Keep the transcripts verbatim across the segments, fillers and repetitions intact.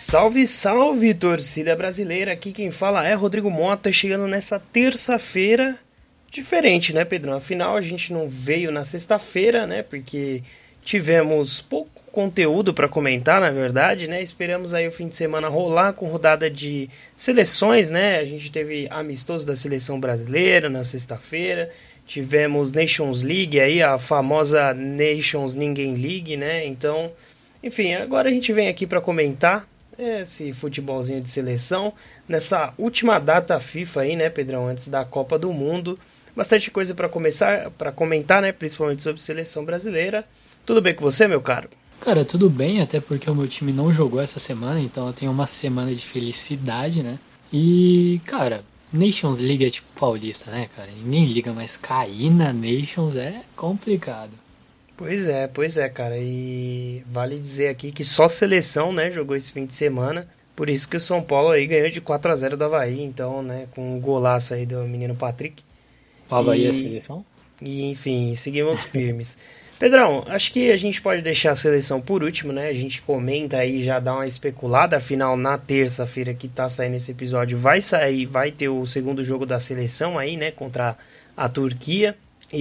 Salve, salve, torcida brasileira! Aqui quem fala é Rodrigo Mota, chegando nessa terça-feira diferente, né, Pedrão? Afinal, a gente não veio na sexta-feira, né, porque tivemos pouco conteúdo para comentar, na verdade, né? Esperamos aí o fim de semana rolar com rodada de seleções, né? A gente teve amistoso da seleção brasileira na sexta-feira, tivemos Nations League aí, a famosa Nations Ninguém League, né? Então, enfim, agora a gente vem aqui para comentar esse futebolzinho de seleção nessa última data FIFA aí, né, Pedrão, antes da Copa do Mundo. Bastante coisa para começar, para comentar, né, principalmente sobre seleção brasileira. Tudo bem com você, meu caro? Cara, tudo bem, até porque o meu time não jogou essa semana, então eu tenho uma semana de felicidade, né? E, cara, Nations League é tipo paulista, né, cara? Ninguém liga, mas cair na Nations é complicado. Pois é, pois é, cara. E vale dizer aqui que só seleção, né, jogou esse fim de semana. Por isso que o São Paulo aí ganhou de quatro a zero do Avaí, então, né, com um golaço aí do menino Patrick. O Avaí é a E, seleção? e enfim, seguimos firmes. Pedrão, acho que a gente pode deixar a seleção por último, né? A gente comenta aí, já dá uma especulada, afinal na terça-feira que tá saindo esse episódio vai sair, vai ter o segundo jogo da seleção aí, né, contra a Turquia.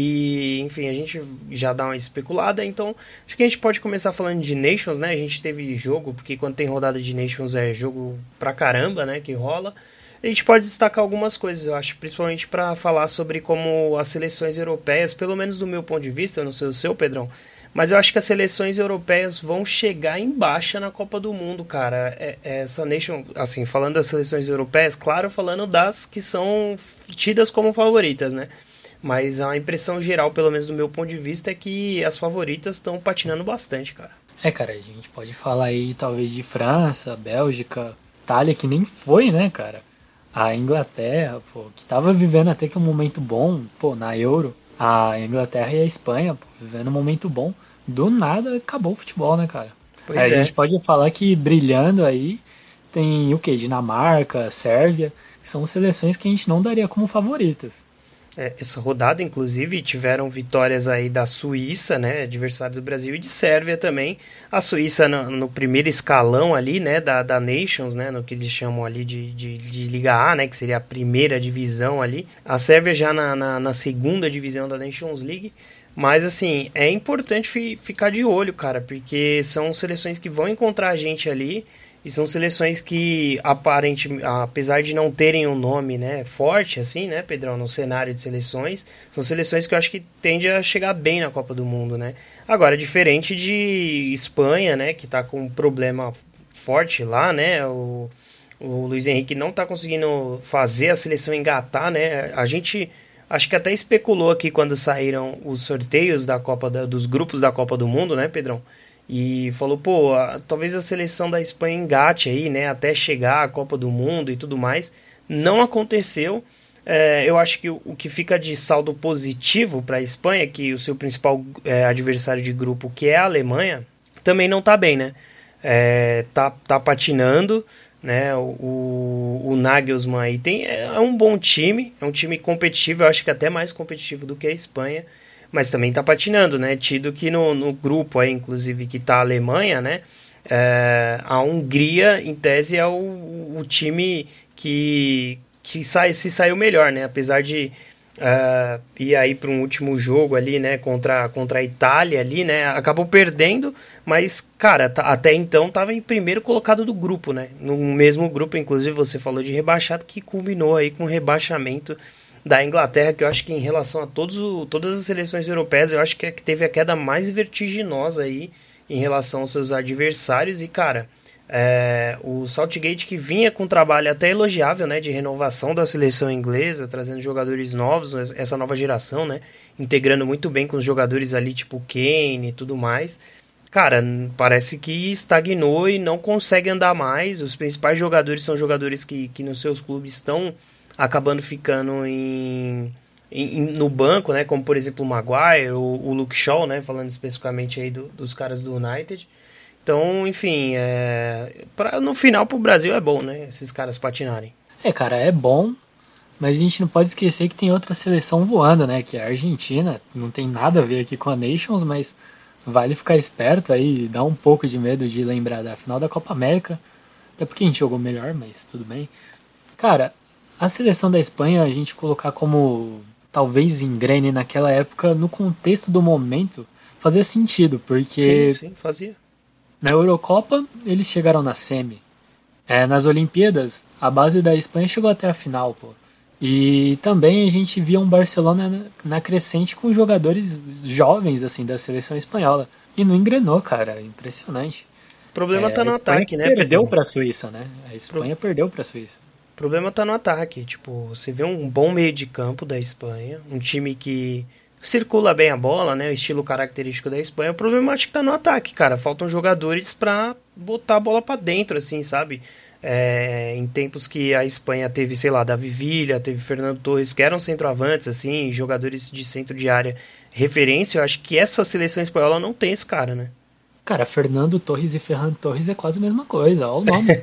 E, enfim, a gente já dá uma especulada, então acho que a gente pode começar falando de Nations, né? A gente teve jogo, porque quando tem rodada de Nations é jogo pra caramba, né, que rola. A gente pode destacar algumas coisas, eu acho, principalmente para falar sobre como as seleções europeias, pelo menos do meu ponto de vista, eu não sei o seu, Pedrão, mas eu acho que as seleções europeias vão chegar em baixa na Copa do Mundo, cara. É, é essa nation, assim, falando das seleções europeias, claro, falando das que são tidas como favoritas, né? Mas a impressão geral, pelo menos do meu ponto de vista, é que as favoritas estão patinando bastante, cara. É, cara, a gente pode falar aí talvez de França, Bélgica, Itália, que nem foi, né, cara? A Inglaterra, pô, que tava vivendo até que um momento bom, pô, na Euro. A Inglaterra e a Espanha, pô, vivendo um momento bom. Do nada acabou o futebol, né, cara? Pois Aí a é. gente pode falar que brilhando aí tem o quê? Dinamarca, Sérvia, que são seleções que a gente não daria como favoritas. É, essa rodada, inclusive, tiveram vitórias aí da Suíça, né, adversário do Brasil, e de Sérvia também. A Suíça no, no primeiro escalão ali, né, da, da Nations, né, no que eles chamam ali de, de, de Liga A, né, que seria a primeira divisão ali. A Sérvia já na, na, na segunda divisão da Nations League. Mas, assim, é importante fi, ficar de olho, cara, porque são seleções que vão encontrar a gente ali. E são seleções que, aparente, apesar de não terem um nome, né, forte, assim, né, Pedrão, no cenário de seleções, são seleções que eu acho que tendem a chegar bem na Copa do Mundo, né? Agora, diferente de Espanha, né, que tá com um problema forte lá, né, o, o Luiz Henrique não tá conseguindo fazer a seleção engatar, né? A gente acho que até especulou aqui quando saíram os sorteios da Copa da, dos grupos da Copa do Mundo, né, Pedrão? E falou, pô, a, talvez a seleção da Espanha engate aí, né, até chegar à Copa do Mundo e tudo mais. Não aconteceu. É, eu acho que o, o que fica de saldo positivo para a Espanha, que o seu principal é, adversário de grupo, que é a Alemanha, também não tá bem, né? É, tá, tá patinando, né? O, o Nagelsmann aí tem, é um bom time, é um time competitivo, eu acho que até mais competitivo do que a Espanha. Mas também tá patinando, né? Tido que no, no grupo aí, inclusive, que tá a Alemanha, né? É, a Hungria, em tese, é o, o time que, que sai, se saiu melhor, né? Apesar de uh, ir aí para um último jogo ali, né? Contra, contra a Itália ali, né? Acabou perdendo, mas, cara, tá, até então tava em primeiro colocado do grupo, né? No mesmo grupo, inclusive, você falou de rebaixado, que culminou aí com o rebaixamento da Inglaterra, que eu acho que em relação a todos o, todas as seleções europeias, eu acho que é que teve a queda mais vertiginosa aí em relação aos seus adversários. E, cara, é, o Southgate, que vinha com um trabalho até elogiável, né, de renovação da seleção inglesa, trazendo jogadores novos, essa nova geração, né, integrando muito bem com os jogadores ali, tipo Kane e tudo mais. Cara, parece que estagnou e não consegue andar mais. Os principais jogadores são jogadores que, que nos seus clubes estão acabando ficando em, em, no banco, né? Como por exemplo o Maguire, o, o Luke Shaw, né? Falando especificamente aí do, dos caras do United. Então, enfim, é, pra, no final pro Brasil é bom, né? Esses caras patinarem. É, cara, é bom, mas a gente não pode esquecer que tem outra seleção voando, né? Que é a Argentina. Não tem nada a ver aqui com a Nations, mas vale ficar esperto aí, dá um pouco de medo de lembrar da final da Copa América. Até porque a gente jogou melhor, mas tudo bem. Cara, a seleção da Espanha, a gente colocar como talvez engrene naquela época, no contexto do momento, fazia sentido, porque Sim, sim, fazia. na Eurocopa eles chegaram na semi. É, nas Olimpíadas, a base da Espanha chegou até a final, pô. E também a gente via um Barcelona na, na crescente com jogadores jovens, assim, da seleção espanhola. E não engrenou, cara. Impressionante. O problema É, tá a no Espanha ataque, né, perdeu Pedro? pra Suíça, né? A Espanha perdeu pra Suíça. O problema tá no ataque. Tipo, você vê um bom meio de campo da Espanha, um time que circula bem a bola, né? O estilo característico da Espanha. O problema acho que tá no ataque, cara. Faltam jogadores pra botar a bola pra dentro, assim, sabe? É, em tempos que a Espanha teve, sei lá, Davi Villa, teve Fernando Torres, que eram centroavantes, assim, jogadores de centro de área referência, eu acho que essa seleção espanhola não tem esse cara, né? Cara, Fernando Torres e Ferran Torres é quase a mesma coisa. Olha o nome.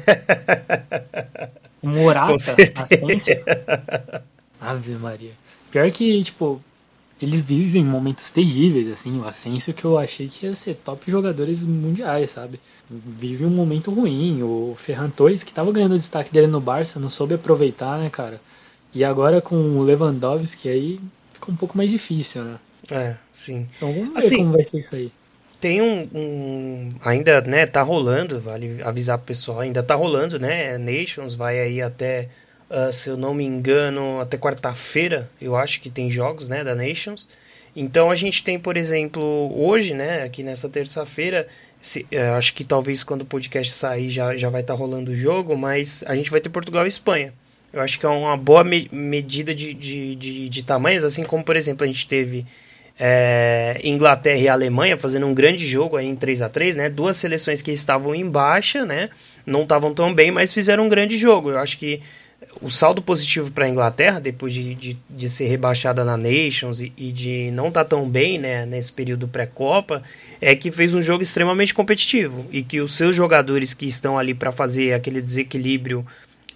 O Com Morata, Asensio. certeza. Ave Maria. Pior que, tipo, eles vivem momentos terríveis, assim. O Asensio, que eu achei que ia ser top jogadores mundiais, sabe? Vive um momento ruim. O Ferran Torres, que tava ganhando o destaque dele no Barça, não soube aproveitar, né, cara? E agora com o Lewandowski aí, fica um pouco mais difícil, né? É, sim. Então vamos ver Assim, como vai ser isso aí. tem um, um- ainda, né, tá rolando, vale avisar pro pessoal, ainda tá rolando, né, Nations vai aí até, ah, se eu não me engano, até quarta-feira, eu acho que tem jogos, né, da Nations. Então a gente tem, por exemplo, hoje, né, aqui nessa terça-feira, se- eh, acho que talvez quando o podcast sair já, já vai estar rolando o jogo, mas a gente vai ter Portugal e Espanha. Eu acho que é uma boa me- medida de, de, de, de tamanhos, assim como, por exemplo, a gente teve é, Inglaterra e Alemanha fazendo um grande jogo aí em três a três, né? Duas seleções que estavam em baixa, né? Não estavam tão bem, mas fizeram um grande jogo. Eu acho que o saldo positivo para a Inglaterra, depois de, de, de ser rebaixada na Nations e, e de não estar tão bem, né, nesse período pré-Copa, é que fez um jogo extremamente competitivo e que os seus jogadores que estão ali para fazer aquele desequilíbrio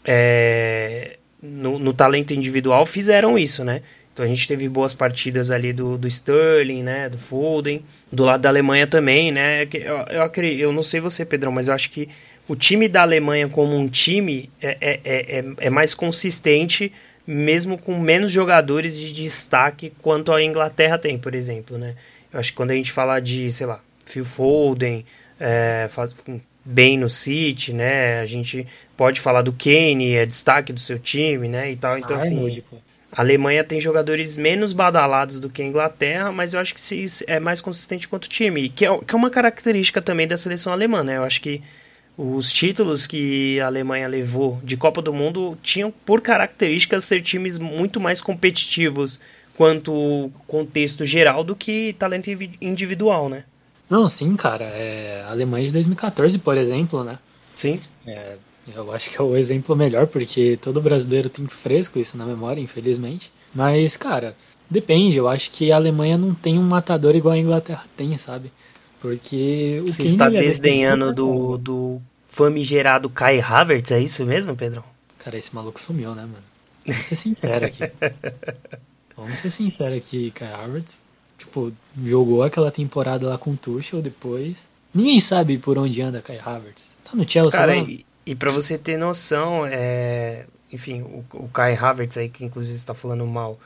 é, no, no talento individual fizeram isso, né? Então a gente teve boas partidas ali do, do Sterling, né, do Foden, do lado da Alemanha também, né? Eu, eu, acredito, eu não sei você, Pedrão, mas eu acho que o time da Alemanha como um time é, é, é, é mais consistente, mesmo com menos jogadores de destaque quanto a Inglaterra tem, por exemplo, né? Eu acho que quando a gente fala de, sei lá, Phil Foden, é, faz, bem no City, né? A gente pode falar do Kane, é destaque do seu time, né? E tal. Então, assim, Arnold, pô. a Alemanha tem jogadores menos badalados do que a Inglaterra, mas eu acho que se- é mais consistente quanto o time, que é, que é uma característica também da seleção alemã, né? Eu acho que os títulos que a Alemanha levou de Copa do Mundo tinham por características ser times muito mais competitivos quanto contexto geral do que talento invi- individual, né? Não, sim, cara. É a Alemanha de dois mil e quatorze, por exemplo, né? Sim, É, eu acho que é o exemplo melhor, porque todo brasileiro tem fresco isso na memória, infelizmente. Mas, cara, depende. Eu acho que a Alemanha não tem um matador igual a Inglaterra tem, sabe? Porque o você Kane está ele é decisivo desdenhando pra do, caramba. do famigerado Kai Havertz, é isso mesmo, Pedro? Cara, esse maluco sumiu, né, mano? Vamos ser sinceros aqui. Vamos ser sinceros aqui, Kai Havertz. Tipo, jogou aquela temporada lá com o Tuchel, depois... Ninguém sabe por onde anda Kai Havertz. Tá no Chelsea Cara, lá? e, e para você ter noção, é, enfim, o, o Kai Havertz aí, que inclusive está falando mal,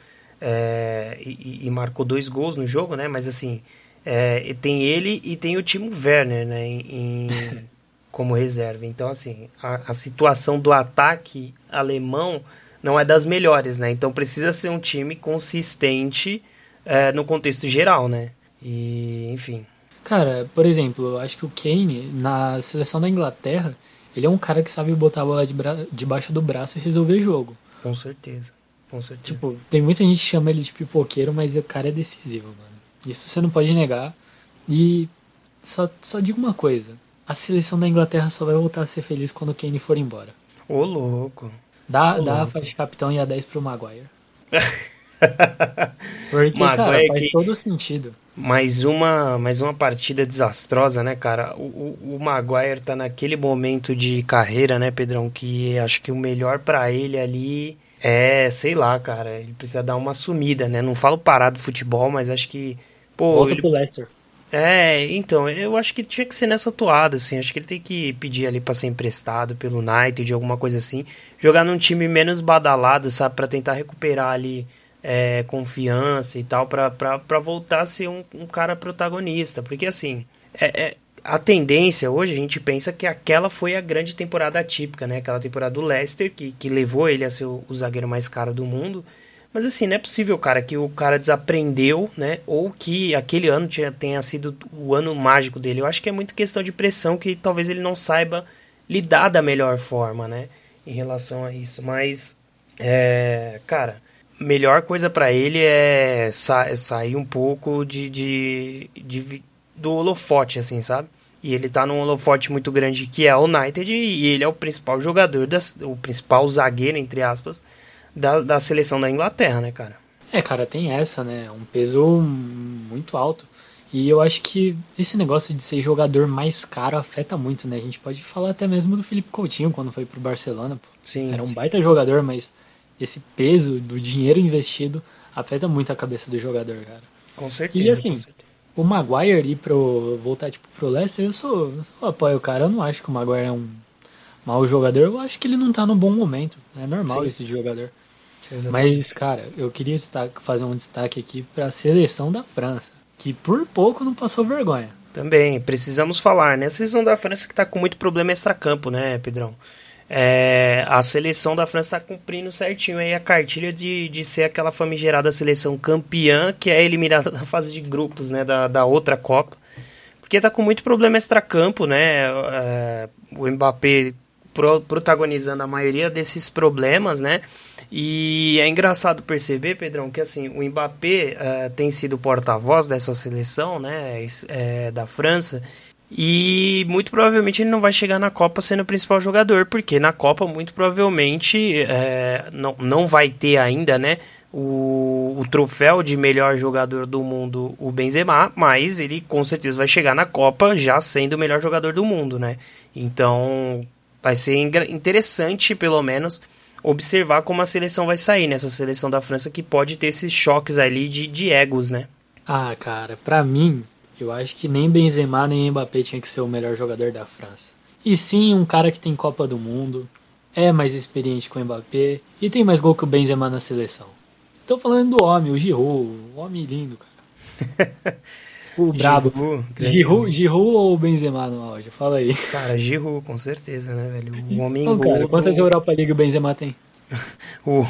é, e, e marcou dois gols no jogo, né? Mas assim, é, e tem ele e tem o Timo Werner, né? Em, em- como reserva. Então, assim, a, a situação do ataque alemão não é das melhores, né? Então precisa ser um time consistente, é, no contexto geral, né? E, enfim, Cara, por exemplo, eu acho que o Kane, na seleção da Inglaterra, ele é um cara que sabe botar a bola de bra- debaixo do braço e resolver jogo. com certeza, com certeza. Tipo, tem muita gente que chama ele de pipoqueiro, mas o cara é decisivo, mano. Isso você não pode negar. E só, só digo uma coisa: a seleção da Inglaterra só vai voltar a ser feliz quando o Kane for embora. Ô, louco. Dá, Ô, dá a louco. faixa de capitão e a dez pro Maguire. Porque, cara, Maguire faz que todo sentido. mais uma, mais uma partida desastrosa, né, cara? O, o, o Maguire tá naquele momento de carreira, né, Pedrão, que acho que o melhor pra ele ali é, sei lá, cara, ele precisa dar uma sumida, né? Não falo parar do futebol, mas acho que, pô, Volta ele pro Leicester. É, então, eu acho que tinha que ser nessa toada, assim, acho que ele tem que pedir ali pra ser emprestado pelo United, alguma coisa assim, jogar num time menos badalado, sabe, pra tentar recuperar ali é, confiança e tal, pra, pra, pra voltar a ser um, um cara protagonista, porque assim, é, é, a tendência hoje, a gente pensa que aquela foi a grande temporada atípica, né, aquela temporada do Leicester, que, que levou ele a ser o, o zagueiro mais caro do mundo. Mas assim, não é possível, cara, que o cara desaprendeu, né? Ou que aquele ano tinha, tenha sido o ano mágico dele. Eu acho que é muito questão de pressão que talvez ele não saiba lidar da melhor forma, né? Em relação a isso. Mas, é, cara, melhor coisa pra ele é sa sair um pouco de, de, de, do holofote, assim, sabe? E ele tá num holofote muito grande que é o United e ele é o principal jogador, das, o principal zagueiro, entre aspas, Da, da seleção da Inglaterra, né, cara? É, cara, tem essa, né? Um peso muito alto. E eu acho que esse negócio de ser jogador mais caro afeta muito, né? A gente pode falar até mesmo do Felipe Coutinho quando foi pro Barcelona. Pô. Sim. Era um baita jogador, mas esse peso do dinheiro investido afeta muito a cabeça do jogador, cara. Com certeza. E assim, com certeza. o Maguire ali pro voltar tipo, pro Leicester, eu sou, eu apoio o cara. Eu não acho que o Maguire é um mau jogador. Eu acho que ele não tá num bom momento. É normal. Sim. Esse jogador. Exatamente. Mas, cara, eu queria fazer um destaque aqui para a seleção da França, que por pouco não passou vergonha. Também, precisamos falar, né? A seleção da França que tá com muito problema extracampo, né, Pedrão? É, a seleção da França tá cumprindo certinho aí a cartilha de, de ser aquela famigerada seleção campeã que é eliminada da fase de grupos, né, da, da outra Copa. Porque tá com muito problema extracampo, né? É, o Mbappé pro, protagonizando a maioria desses problemas, né? E é engraçado perceber, Pedrão, que assim, o Mbappé uh, tem sido porta-voz dessa seleção, né, é, da França, e muito provavelmente ele não vai chegar na Copa sendo o principal jogador, porque na Copa muito provavelmente é, não, não vai ter ainda, né, o, o troféu de melhor jogador do mundo, o Benzema, mas ele com certeza vai chegar na Copa já sendo o melhor jogador do mundo, né, então vai ser interessante pelo menos observar como a seleção vai sair nessa seleção da França que pode ter esses choques ali de, de egos, né? Ah, cara, pra mim, eu acho que nem Benzema nem Mbappé tinha que ser o melhor jogador da França. E sim, um cara que tem Copa do Mundo, é mais experiente que o Mbappé e tem mais gol que o Benzema na seleção. Tô falando do homem, o Giroud, o homem lindo, cara. O brabo. Giroud, Giroud ou Benzema no auge? Fala aí. Cara, Giroud, com certeza, né, velho? O homem então, gol. Cara, quantas do... Europa League o Benzema tem? o...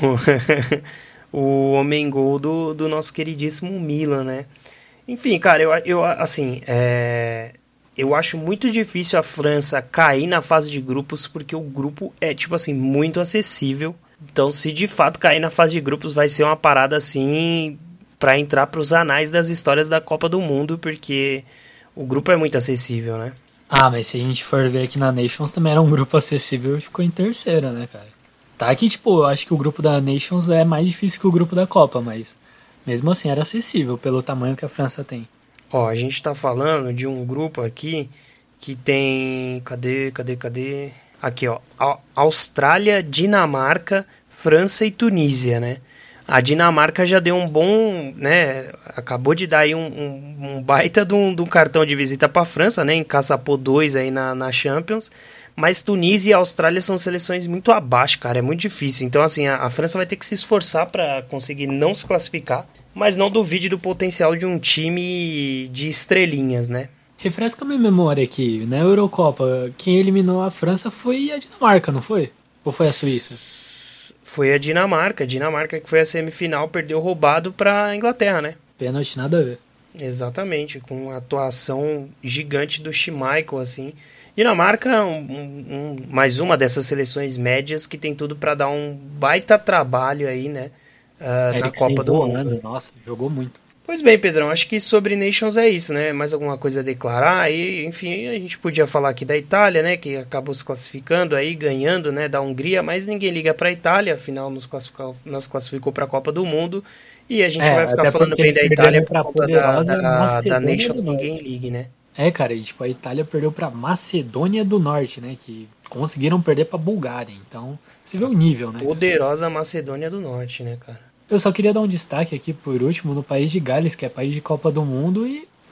o homem gol do, do nosso queridíssimo Milan, né? Enfim, cara, eu, eu assim, é... eu acho muito difícil a França cair na fase de grupos, porque o grupo é, tipo assim, muito acessível. Então, se de fato cair na fase de grupos, vai ser uma parada assim, para entrar para os anais das histórias da Copa do Mundo, porque o grupo é muito acessível, né? Ah, mas se a gente for ver aqui na Nations, também era um grupo acessível e ficou em terceira, né, cara? Tá que, tipo, eu acho que o grupo da Nations é mais difícil que o grupo da Copa, mas mesmo assim era acessível pelo tamanho que a França tem. Ó, a gente tá falando de um grupo aqui que tem... Cadê, cadê, cadê? Aqui, ó. Austrália, Dinamarca, França e Tunísia, né? A Dinamarca já deu um bom, né, acabou de dar aí um, um, um baita de um, de um cartão de visita para a França, né, encaçapou dois aí na, na Champions, mas Tunísia e Austrália são seleções muito abaixo, cara, é muito difícil, então assim, a, a França vai ter que se esforçar para conseguir não se classificar, mas não duvide do potencial de um time de estrelinhas, né. Refresca minha memória aqui, na Eurocopa, quem eliminou a França foi a Dinamarca, não foi? Ou foi a Suíça? Foi a Dinamarca, a Dinamarca que foi a semifinal, perdeu roubado para a Inglaterra, né? Pênalti, nada a ver. Exatamente, com uma atuação gigante do Schmeichel, assim. Dinamarca, um, um, mais uma dessas seleções médias que tem tudo para dar um baita trabalho aí, né? Uh, na Copa do Mundo. Nossa, jogou muito. Pois bem, Pedrão, acho que sobre Nations é isso, né? Mais alguma coisa a declarar? Aí, enfim, a gente podia falar aqui da Itália, né? Que acabou se classificando aí, ganhando, né? Da Hungria, mas ninguém liga pra Itália, afinal nos classificou, nos classificou pra Copa do Mundo. E a gente é, vai ficar falando bem da Itália por conta da, da, da Nations, ninguém ligue, né? É, cara, e, tipo, a Itália perdeu pra Macedônia do Norte, né? Que conseguiram perder pra Bulgária, então você vê o nível, né? Poderosa Macedônia do Norte, né, cara? Eu só queria dar um destaque aqui, por último, no país de Gales, que é país de Copa do Mundo, e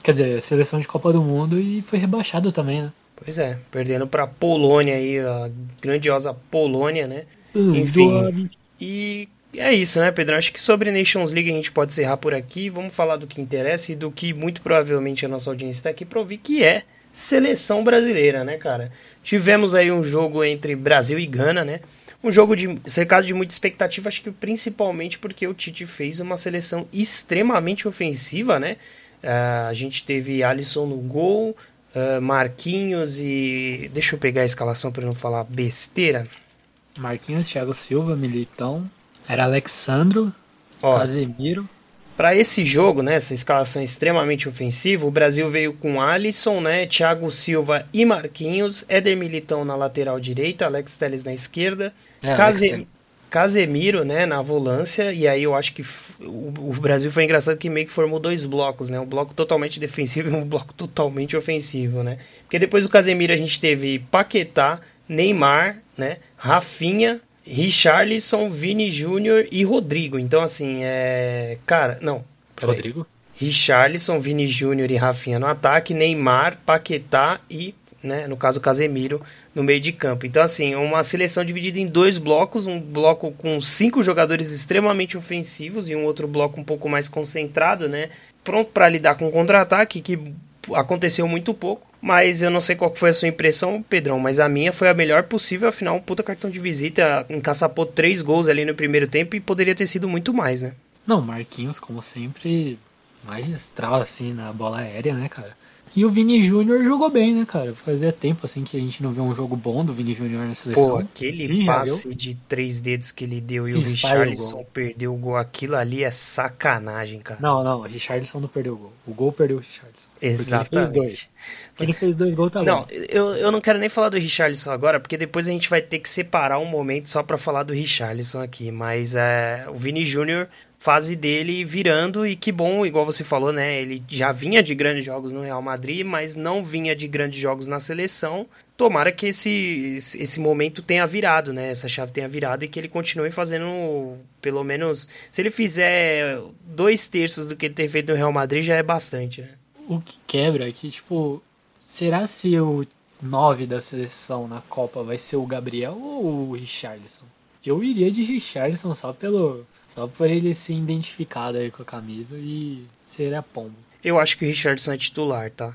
Quer dizer, seleção de Copa do Mundo e foi rebaixado também, né? Pois é, perdendo pra Polônia aí, a grandiosa Polônia, né? Hum, Enfim, e é isso, né, Pedro? Acho que sobre Nations League a gente pode encerrar por aqui. Vamos falar do que interessa e do que muito provavelmente a nossa audiência está aqui para ouvir, que é seleção brasileira, né, cara? Tivemos aí um jogo entre Brasil e Gana, né? Um jogo de cercado de muita expectativa, acho que principalmente porque o Tite fez uma seleção extremamente ofensiva, né? Uh, a gente teve Alisson no gol, uh, Marquinhos e... Deixa eu pegar a escalação para não falar besteira. Marquinhos, Thiago Silva, Militão, era Alexandro, Ó, Casemiro. Para esse jogo, né, essa escalação extremamente ofensiva, o Brasil veio com Alisson, né, Thiago Silva e Marquinhos, Éder Militão na lateral direita, Alex Telles na esquerda, é, Case... Casemiro, né, na volância, e aí eu acho que o, o Brasil foi engraçado que meio que formou dois blocos, né, um bloco totalmente defensivo e um bloco totalmente ofensivo, né, porque depois do Casemiro a gente teve Paquetá, Neymar, né, Rafinha, Richarlison, Vini Júnior e Rodrigo. Então, assim, é... Cara, não. Rodrigo? Richarlison, Vini Júnior e Rafinha no ataque, Neymar, Paquetá e, né, no caso, Casemiro no meio de campo. Então, assim, uma seleção dividida em dois blocos, um bloco com cinco jogadores extremamente ofensivos e um outro bloco um pouco mais concentrado, né, pronto para lidar com o contra-ataque, que aconteceu muito pouco. Mas eu não sei qual foi a sua impressão, Pedrão, mas a minha foi a melhor possível, afinal, um puta cartão de visita, encaçapou três gols ali no primeiro tempo e poderia ter sido muito mais, né? Não, Marquinhos, como sempre, magistral, assim, na bola aérea, né, cara? E o Vini Júnior jogou bem, né, cara? Fazia tempo, assim, que a gente não vê um jogo bom do Vini Júnior na seleção. Pô, aquele Sim, passe de três dedos que ele deu Sim, e o Richarlison perdeu o gol, aquilo ali é sacanagem, cara. Não, não, o Richarlison não perdeu o gol. O gol perdeu o Richarlison. Exatamente. Ele fez dois gols, tá Não, bom. eu, eu não quero nem falar do Richarlison agora, porque depois a gente vai ter que separar um momento só pra falar do Richarlison aqui. Mas é, o Vini Júnior, fase dele virando, e que bom, igual você falou, né? Ele já vinha de grandes jogos no Real Madrid, mas não vinha de grandes jogos na seleção. Tomara que esse, esse momento tenha virado, né? Essa chave tenha virado e que ele continue fazendo, pelo menos, se ele fizer dois terços do que ele tem feito no Real Madrid, já é bastante, né? O que quebra é que, tipo, será se o nove da seleção na Copa vai ser o Gabriel ou o Richarlison? Eu iria de Richarlison só pelo... Só por ele ser identificado aí com a camisa e seria pombo. Eu acho que o Richarlison é titular, tá?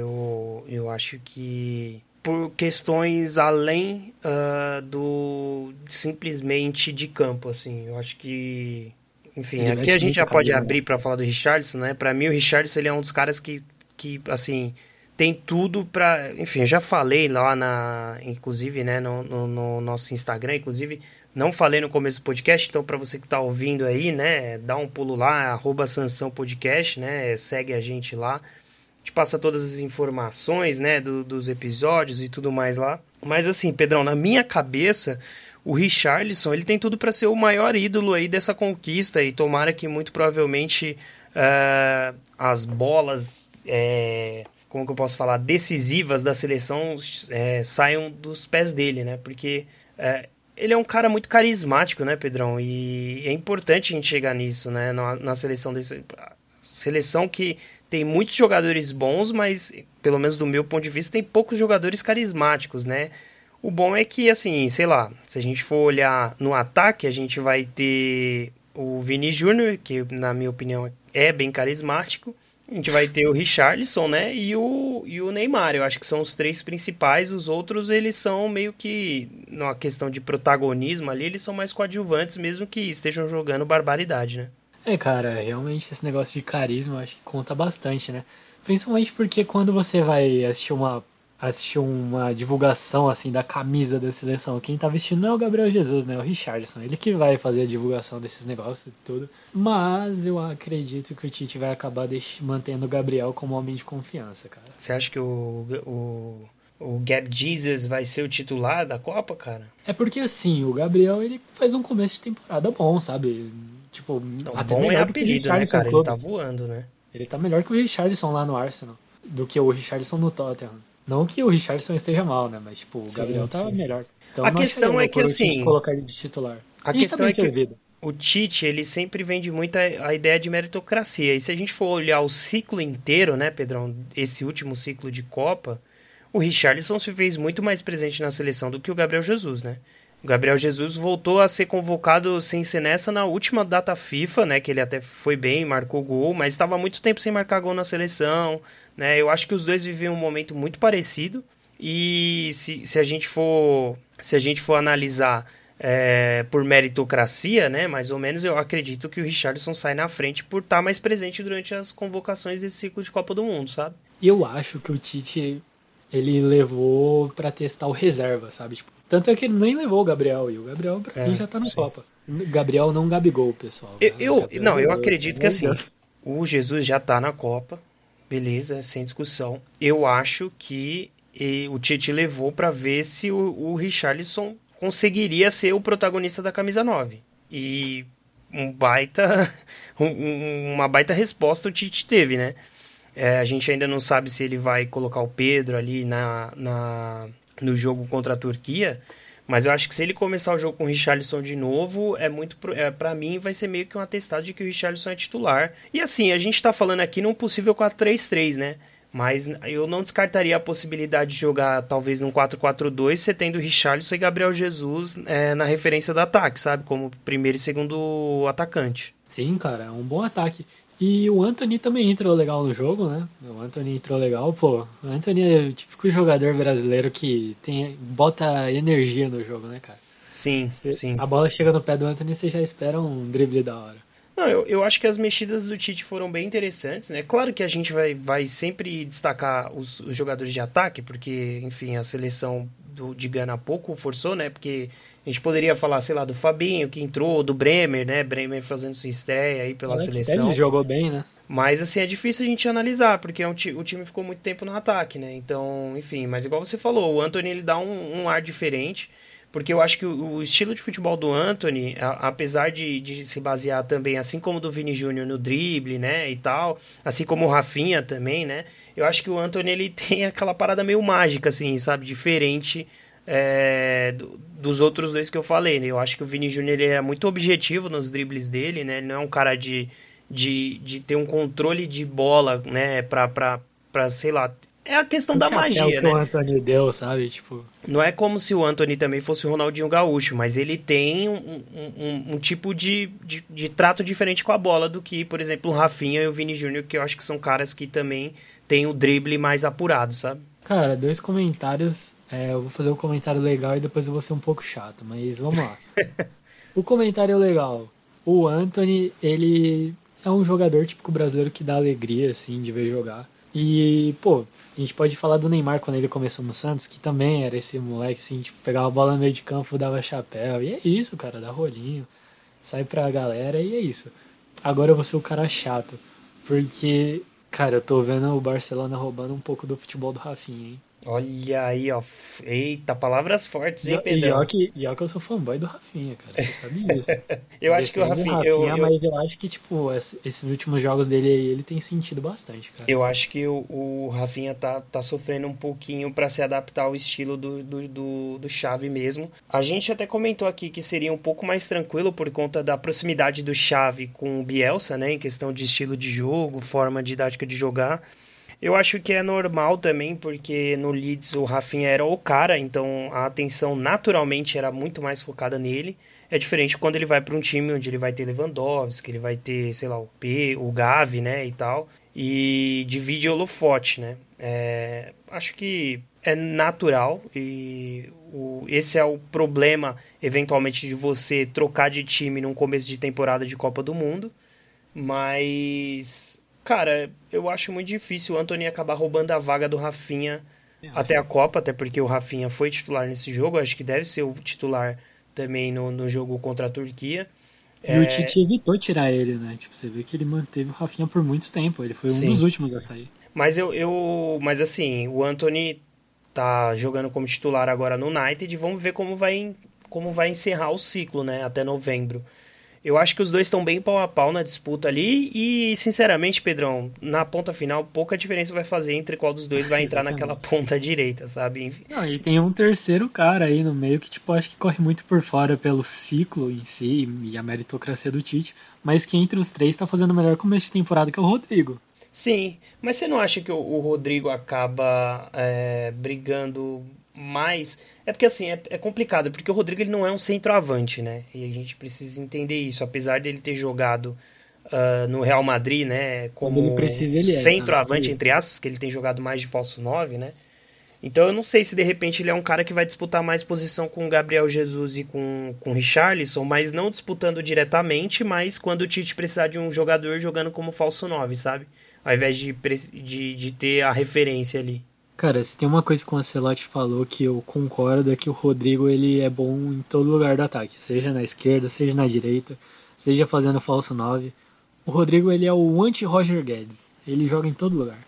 Eu, eu acho que por questões além uh, do simplesmente de campo, assim. Eu acho que... Enfim, ele aqui a gente já pode cabelo, abrir né? Para falar do Richarlison, né? Pra mim o Richarlison ele é um dos caras que, que assim... tem tudo pra... Enfim, eu já falei lá na... Inclusive, né, no, no, no nosso Instagram, inclusive... Não falei no começo do podcast, então para você que tá ouvindo aí, né, dá um pulo lá, arroba Sansão Podcast, né, segue a gente lá. A gente passa todas as informações, né, do, dos episódios e tudo mais lá. Mas assim, Pedrão, na minha cabeça, o Richarlison, ele tem tudo para ser o maior ídolo aí dessa conquista e tomara que muito provavelmente uh, as bolas... É... como que eu posso falar, decisivas da seleção é, saiam dos pés dele, né? Porque é, ele é um cara muito carismático, né, Pedrão? E é importante a gente chegar nisso, né? Na, na seleção desse, seleção que tem muitos jogadores bons, mas, pelo menos do meu ponto de vista, tem poucos jogadores carismáticos, né? O bom é que, assim, sei lá, se a gente for olhar no ataque, a gente vai ter o Vini Júnior, que, na minha opinião, é bem carismático. A gente vai ter o Richarlison, né, e o, e o Neymar, eu acho que são os três principais, os outros eles são meio que, numa questão de protagonismo ali, eles são mais coadjuvantes, mesmo que estejam jogando barbaridade, né. É, cara, realmente esse negócio de carisma eu acho que conta bastante, né, principalmente porque quando você vai assistir uma, assistir uma divulgação, assim, da camisa da seleção, quem tá vestindo não é o Gabriel Jesus, né, é o Richarlison, ele que vai fazer a divulgação desses negócios e tudo, mas eu acredito que o Tite vai acabar deix- mantendo o Gabriel como homem de confiança, cara. Você acha que o, o, o Gab Jesus vai ser o titular da Copa, cara? É porque, assim, o Gabriel, ele faz um começo de temporada bom, sabe, tipo, então, até bom é melhor apelido, né, cara, ele tá voando, né. Ele tá melhor que o Richarlison lá no Arsenal, do que o Richarlison no Tottenham. Não que o Richarlison esteja mal, né? Mas, tipo, o Gabriel sim, tá sim. melhor. Então, a questão é que, assim... colocar ele de titular. A, a questão é que... o Tite, ele sempre vende muito a, a ideia de meritocracia. E se a gente for olhar o ciclo inteiro, né, Pedrão, esse último ciclo de Copa, o Richarlison se fez muito mais presente na seleção do que o Gabriel Jesus, né? O Gabriel Jesus voltou a ser convocado sem ser nessa na última data FIFA, né? Que ele até foi bem, marcou gol, mas estava muito tempo sem marcar gol na seleção, né? Eu acho que os dois viviam um momento muito parecido. E se, se a gente for se a gente for analisar é, por meritocracia, né? Mais ou menos, eu acredito que o Richarlison sai na frente por estar mais presente durante as convocações desse ciclo de Copa do Mundo, sabe? Eu acho que o Tite ele levou pra testar o reserva, sabe? Tipo, tanto é que ele nem levou o Gabriel, e o Gabriel pra mim É, já tá na sim. Copa. Gabriel não Gabigol, pessoal. Eu, eu- Gabriel não, eu Jesus, acredito pelo que amor de assim, Deus. o Jesus já tá na Copa, beleza, sem discussão. Eu acho que e, o Tite levou pra ver se o, o Richarlison conseguiria ser o protagonista da camisa nove. E um baita, um- um- uma baita resposta o Tite teve, né? É, a gente ainda não sabe se ele vai colocar o Pedro ali na, na, no jogo contra a Turquia, mas eu acho que se ele começar o jogo com o Richarlison de novo, é muito pro- é, para mim vai ser meio que um atestado de que o Richarlison é titular. E assim, a gente tá falando aqui num possível quatro três três, né? Mas eu não descartaria a possibilidade de jogar talvez num quatro quatro dois, você tendo Richarlison e Gabriel Jesus é, na referência do ataque, sabe? Como primeiro e segundo atacante. Sim, cara, é um bom ataque. E o Anthony também entrou legal no jogo, né? O Anthony entrou legal, pô. O Anthony é o típico jogador brasileiro que tem, bota energia no jogo, né, cara? Sim, Você- sim. a bola chega no pé do Anthony e você já espera um drible da hora. Não, eu, eu acho que as mexidas do Tite foram bem interessantes, né? Claro que a gente vai, vai sempre destacar os, os jogadores de ataque, porque, enfim, a seleção do, de Gana pouco forçou, né? Porque a gente poderia falar, sei lá, do Fabinho, que entrou, do Bremer, né? Bremer fazendo sua estreia aí O pela Alex Telles seleção. jogou bem, né? Mas, assim, é difícil a gente analisar, porque é um ti- o time ficou muito tempo no ataque, né? Então, enfim, mas igual você falou, o Anthony ele dá um, um ar diferente, porque eu acho que o, o estilo de futebol do Anthony, a- apesar de, de se basear também, assim como do Vini Júnior no drible, né, e tal, assim como o Rafinha também, né? Eu acho que o Anthony ele tem aquela parada meio mágica, assim, sabe? Diferente é, do- dos outros dois que eu falei, né? Eu acho que o Vini Júnior ele é muito objetivo nos dribles dele, né? Ele não é um cara de de, de ter um controle de bola, né, pra, pra, pra, sei lá, é a questão O da chapéu magia, que o né? Anthony deu, sabe? Tipo, Não é como se o Anthony também fosse o Ronaldinho Gaúcho, mas ele tem um, um, um- um tipo de, de, de trato diferente com a bola do que, por exemplo, o Rafinha e o Vini Júnior, que eu acho que são caras que também têm o drible mais apurado, sabe? cara, dois comentários. É, eu vou fazer um comentário legal e depois eu vou ser um pouco chato, mas vamos lá. O comentário legal. O Anthony, ele é um jogador típico brasileiro que dá alegria, assim, de ver jogar. E, pô, a gente pode falar do Neymar quando ele começou no Santos, que também era esse moleque, assim, tipo, pegava a bola no meio de campo, dava chapéu. E é isso, cara, dá rolinho, sai pra galera e é isso. Agora eu vou ser o cara chato, porque, cara, eu tô vendo o Barcelona roubando um pouco do futebol do Rafinha, hein? Olha aí, ó. Eita, palavras fortes, E, hein, e ó Pedrão? que, e ó que eu sou fanboy do Rafinha, cara, você sabe disso. Eu acho que o Defendo o Rafinha, eu, Rafinha, eu, mas eu acho que, tipo, es- esses últimos jogos dele aí, ele tem sentido bastante, cara. Eu acho que o, o Rafinha tá, tá sofrendo um pouquinho para se adaptar ao estilo do, do, do, do Xavi mesmo. A gente até comentou aqui que seria um pouco mais tranquilo por conta da proximidade do Xavi com o Bielsa, né, em questão de estilo de jogo, forma didática de jogar. Eu acho que é normal também, porque no Leeds o Rafinha era o cara, então a atenção naturalmente era muito mais focada nele. É diferente quando ele vai para um time onde ele vai ter Lewandowski, ele vai ter, sei lá, o P, o Gavi, né, e tal, e divide holofote, né? É, acho que é natural e o, esse é o problema, eventualmente, de você trocar de time num começo de temporada de Copa do Mundo, mas, cara, eu acho muito difícil o Antony acabar roubando a vaga do Rafinha até a Copa, até porque o Rafinha foi titular nesse jogo, acho que deve ser o titular também no, no jogo contra a Turquia. E o É, Tite evitou tirar ele, né? Tipo, você vê que ele manteve o Rafinha por muito tempo. Ele foi um dos sim. últimos a sair. Mas eu, eu, mas assim, o Antony tá jogando como titular agora no United, e vamos ver como vai, como vai encerrar o ciclo, né, até novembro. Eu acho que os dois estão bem pau a pau na disputa ali e, sinceramente, Pedrão, na ponta final, pouca diferença vai fazer entre qual dos dois vai entrar naquela ponta direita, sabe? Enfim. Não, e tem um terceiro cara aí no meio que, tipo, acho que corre muito por fora pelo ciclo em si e a meritocracia do Tite, mas que entre os três tá fazendo o melhor começo de temporada, que é o Rodrigo. Sim, mas você não acha que o, o Rodrigo acaba é, brigando mais? É porque assim, é, é complicado, porque o Rodrigo ele não é um centroavante, né? E a gente precisa entender isso, apesar dele ter jogado ah, no Real Madrid, né, Quando ele como precisa, ele é, sabe? centroavante, entre aspas, que ele tem jogado mais de falso nove, né? Então eu não sei se de repente ele é um cara que vai disputar mais posição com o Gabriel Jesus e com, com o Richarlison, mas não disputando diretamente, mas quando o Tite precisar de um jogador jogando como falso nove, sabe? Ao invés de, de, de ter a referência ali. Cara, se tem uma coisa que o Ancelotti falou que eu concordo é que o Rodrigo ele é bom em todo lugar do ataque, seja na esquerda, seja na direita, seja fazendo falso nove. O Rodrigo ele é o anti-Roger Guedes. Ele joga em todo lugar.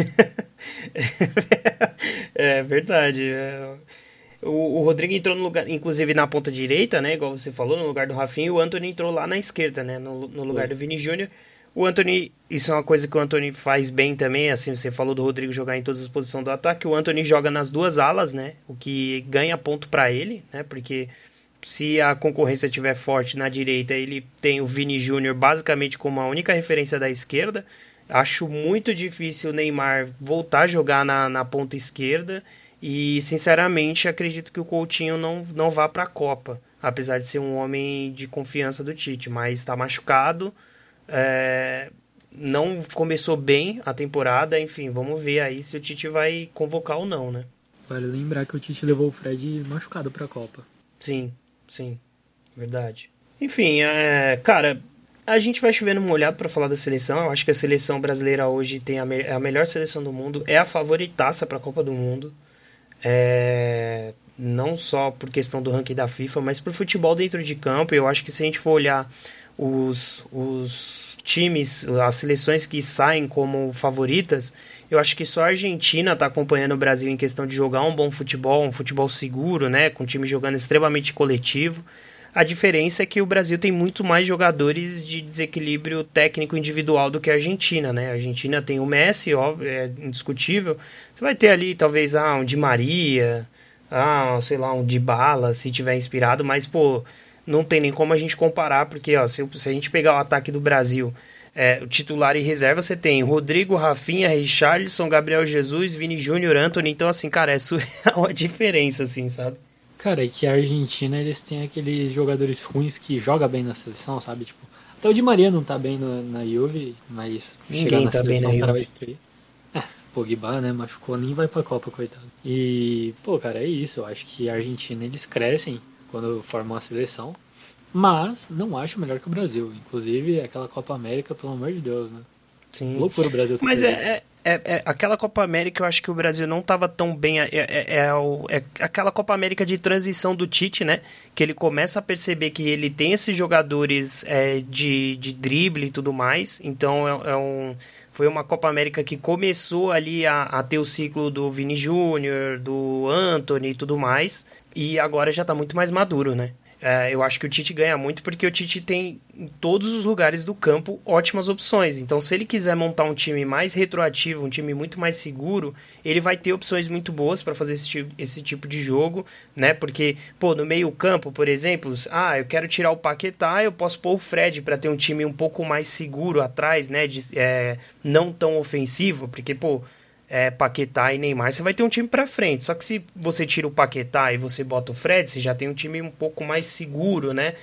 É verdade. É. O, o Rodrigo entrou no lugar, inclusive na ponta direita, né? Igual você falou, no lugar do Rafinha, e o Antony entrou lá na esquerda, né? No, no lugar do Vini Júnior. O Antony, isso é uma coisa que o Antony faz bem também, assim, você falou do Rodrigo jogar em todas as posições do ataque, o Antony joga nas duas alas, né? O que ganha ponto para ele, né? Porque se a concorrência estiver forte na direita, ele tem o Vini Júnior basicamente como a única referência da esquerda. Acho muito difícil o Neymar voltar a jogar na, na ponta esquerda e, sinceramente, acredito que o Coutinho não, não vá para a Copa, apesar de ser um homem de confiança do Tite, mas está machucado, é, não começou bem a temporada, enfim, vamos ver aí se o Tite vai convocar ou não, né? Vale lembrar que o Tite levou o Fred machucado para a Copa. Sim, sim, verdade. Enfim, é, cara, a gente vai chovendo molhado para falar da seleção. Eu acho que a seleção brasileira hoje tem a, me- a melhor seleção do mundo, é a favoritaça para a Copa do Mundo. É, não só por questão do ranking da FIFA, mas por futebol dentro de campo. Eu acho que se a gente for olhar os, os times, as seleções que saem como favoritas, eu acho que só a Argentina está acompanhando o Brasil em questão de jogar um bom futebol, um futebol seguro, né, com o time jogando extremamente coletivo. A diferença é que o Brasil tem muito mais jogadores de desequilíbrio técnico individual do que a Argentina, né? A Argentina tem o Messi, óbvio, é indiscutível. Você vai ter ali talvez ah, um Di Maria, ah, sei lá, um Dybala, se tiver inspirado, mas pô, não tem nem como a gente comparar, porque ó, se, se a gente pegar o ataque do Brasil, é, o titular e reserva, você tem Rodrigo, Rafinha, Richarlison, Gabriel Jesus, Vini Júnior, Antony. Então, assim, cara, é surreal a diferença, assim, sabe? Cara, é que a Argentina, eles têm aqueles jogadores ruins que jogam bem na seleção, sabe? Tipo, até o Di Maria não tá bem no, na Juve, mas Ninguém chegar na tá bem seleção na o cara Juve. vai estrear. É, Pogba, né, machucou, nem vai pra Copa, coitado. E, pô, cara, é isso. Eu acho que a Argentina, eles crescem quando formam a seleção, mas não acho melhor que o Brasil. Inclusive, aquela Copa América, pelo amor de Deus, né? Sim. Loucura o Brasil ter Mas perdido. é, é, é, é- aquela Copa América eu acho que o Brasil não estava tão bem. É, é, é o- é aquela Copa América de transição do Tite, né? Que ele começa a perceber que ele tem esses jogadores é, de, de drible e tudo mais. Então é, é um, foi uma Copa América que começou ali a, a ter o ciclo do Vini Júnior, do Antony e tudo mais. E agora já está muito mais maduro, né? É, eu acho que o Tite ganha muito porque o Tite tem em todos os lugares do campo ótimas opções. Então, se ele quiser montar um time mais retroativo, um time muito mais seguro, ele vai ter opções muito boas para fazer esse tipo, esse tipo de jogo, né? Porque, pô, no meio-campo, por exemplo, ah, eu quero tirar o Paquetá, eu posso pôr o Fred para ter um time um pouco mais seguro atrás, né? De, é, não tão ofensivo, porque, pô. É, Paquetá e Neymar, você vai ter um time pra frente. Só que se você tira o Paquetá e você bota o Fred, você já tem um time um pouco mais seguro, né?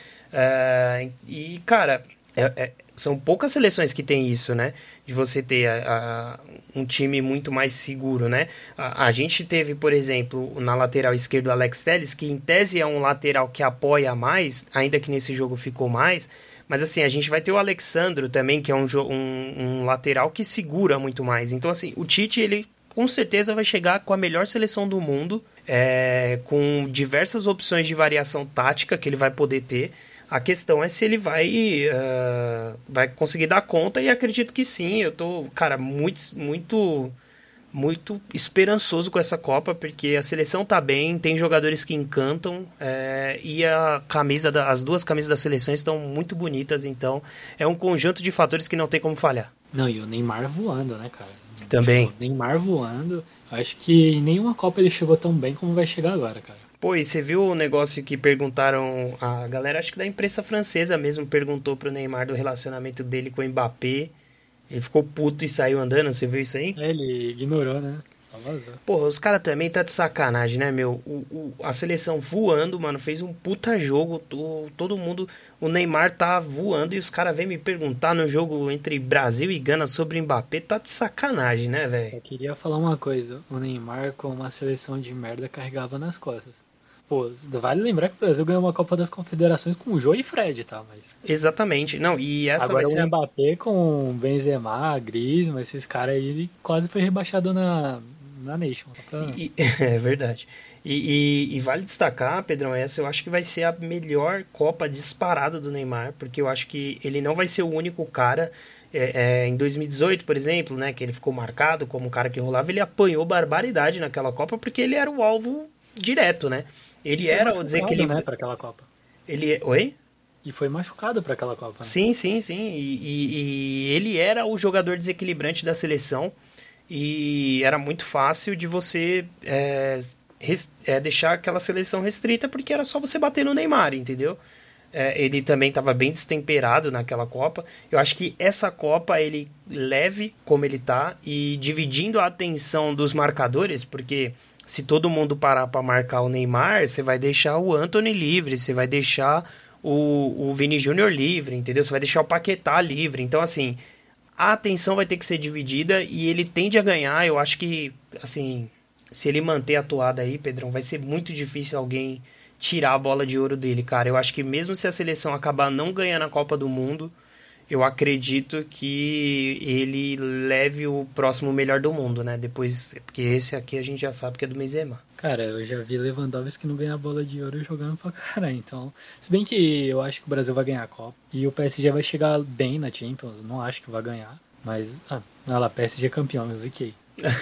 É, e, cara, é- é- são poucas seleções que tem isso, né? De você ter a- a- um time muito mais seguro, né? A, a gente teve, por exemplo, na lateral esquerda o Alex Telles, que em tese é um lateral que apoia mais, ainda que nesse jogo ficou mais. Mas assim, a gente vai ter o Alexandro também, que é um, jo- um, um lateral que segura muito mais. Então, assim, o Tite, ele com certeza vai chegar com a melhor seleção do mundo, é, com diversas opções de variação tática que ele vai poder ter. A questão é se ele vai, ah, vai conseguir dar conta, e acredito que sim. Eu tô, cara, muito, muito muito esperançoso com essa Copa, porque a seleção tá bem, tem jogadores que encantam, é, e a camisa da, as duas camisas da seleção estão muito bonitas, então é um conjunto de fatores que não tem como falhar. Não, e o Neymar voando, né, cara? Também. Tipo, o Neymar voando, acho que em nenhuma Copa ele chegou tão bem como vai chegar agora, cara. Pô, e você viu o negócio que perguntaram, a galera, acho que da imprensa francesa mesmo, perguntou pro Neymar do relacionamento dele com o Mbappé. Ele ficou puto e saiu andando, você viu isso aí? É, ele ignorou, né? Só vazou. Porra, os caras também tá de sacanagem, né, meu? O, o- a seleção voando, mano, fez um puta jogo. to- Todo mundo. O Neymar tá voando e os caras vêm me perguntar no jogo entre Brasil e Gana sobre Mbappé. Tá de sacanagem, né, Eu velho? queria falar uma coisa. O Neymar, com uma seleção de merda, carregava nas costas. Pô, vale lembrar que o Brasil ganhou uma Copa das Confederações com o Jô e Fred, tá? Mas Exatamente. Não, e essa agora vai ser o a. Mbappé com Benzema, Griezmann, esses caras aí, ele quase foi rebaixado na, na Nation. Só pra... E- é verdade. E, e- e vale destacar, Pedrão, essa eu acho que vai ser a melhor Copa disparada do Neymar, porque eu acho que ele não vai ser o único cara. É, é, em dois mil e dezoito, por exemplo, né, que ele ficou marcado como um cara que rolava, ele apanhou barbaridade naquela Copa porque ele era o alvo direto, né? Ele Foi era o machucado, desequilíbrio. né, pra aquela Copa. Ele, é- oi? E foi machucado pra aquela Copa, né? Sim, sim, sim. E, e- e ele era o jogador desequilibrante da seleção e era muito fácil de você é, res- é, deixar aquela seleção restrita porque era só você bater no Neymar, entendeu? É, ele também estava bem destemperado naquela Copa. Eu acho que essa Copa ele leve como ele tá e dividindo a atenção dos marcadores, porque se todo mundo parar para marcar o Neymar, você vai deixar o Antony livre, você vai deixar o, o Vini Júnior livre, entendeu? Você vai deixar o Paquetá livre. Então, assim, a atenção vai ter que ser dividida e ele tende a ganhar. Eu acho que, assim, se ele manter a toada aí, Pedrão, vai ser muito difícil alguém tirar a bola de ouro dele, cara. Eu acho que mesmo se a seleção acabar não ganhando a Copa do Mundo, eu acredito que ele leve o próximo melhor do mundo, né? Depois, porque esse aqui a gente já sabe que é do Benzema. Cara, eu já vi Lewandowski não ganhar bola de ouro jogando pra caralho. Então, se bem que eu acho que o Brasil vai ganhar a Copa e o P S G vai chegar bem na Champions, não acho que vai ganhar, mas ah, olha lá, P S G é campeão, eu ziquei.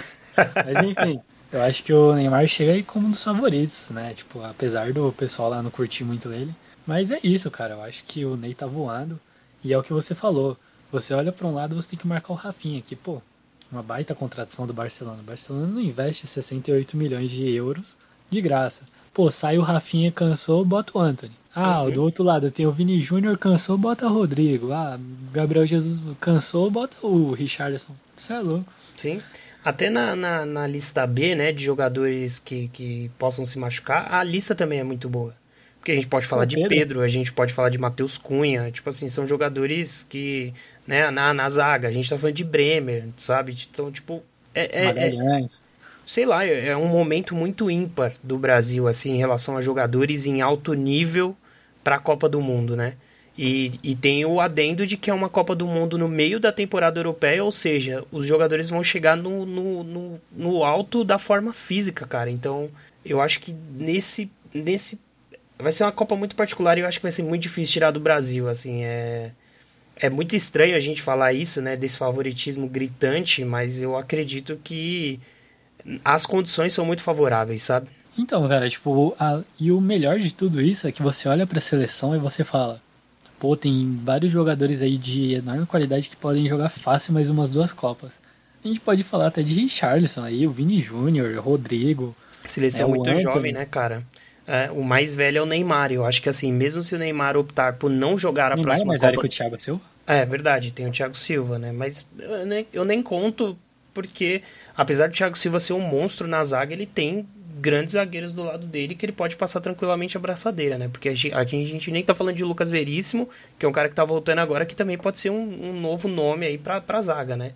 Mas enfim, eu acho que o Neymar chega aí como um dos favoritos, né? Tipo, apesar do pessoal lá não curtir muito ele, mas é isso, cara. Eu acho que o Ney tá voando e é o que você falou. Você olha pra um lado, você tem que marcar o Rafinha, que pô, uma baita contratação do Barcelona. O Barcelona não investe sessenta e oito milhões de euros de graça. Pô, sai o Rafinha, cansou, bota o Antony. Ah, Uhum. do outro lado tem o Vini Júnior, cansou, bota o Rodrigo. Ah, Gabriel Jesus cansou, bota o Richarlison. Isso é louco. Sim. Até na, na, na lista B, né, de jogadores que, que possam se machucar, a lista também é muito boa. Porque a gente pode falar Pô, de Pedro. Pedro, a gente pode falar de Matheus Cunha, tipo assim, são jogadores que, né, na, na zaga, a gente tá falando de Bremer, sabe? Então, tipo, é, é, é- Magalhães. sei lá, é é um momento muito ímpar do Brasil, assim, em relação a jogadores em alto nível para a Copa do Mundo, né? E, e tem o adendo de que é uma Copa do Mundo no meio da temporada europeia, ou seja, os jogadores vão chegar no, no, no, no alto da forma física, cara. Então, eu acho que nesse, nesse. Vai ser uma Copa muito particular e eu acho que vai ser muito difícil tirar do Brasil, assim, é. É muito estranho a gente falar isso, né, desse favoritismo gritante, mas eu acredito que as condições são muito favoráveis, sabe? Então, cara, tipo, a- e o melhor de tudo isso é que você olha pra seleção e você fala, pô, tem vários jogadores aí de enorme qualidade que podem jogar fácil mais umas duas Copas. A gente pode falar até de Richarlison aí, o Vini Júnior, Rodrigo, A seleção é, é o muito Antony. jovem, né, cara? É, o mais velho é o Neymar. Eu acho que assim, mesmo se o Neymar optar por não jogar a Neymar é próxima mais velho Copa. que o Thiago Silva? É verdade, tem o Thiago Silva, né? Mas eu nem, eu nem conto porque, apesar do Thiago Silva ser um monstro na zaga, ele tem grandes zagueiros do lado dele que ele pode passar tranquilamente a braçadeira, né? Porque a gen- aqui a gente nem tá falando de Lucas Veríssimo, que é um cara que tá voltando agora, que também pode ser um, um novo nome aí pra, pra zaga, né?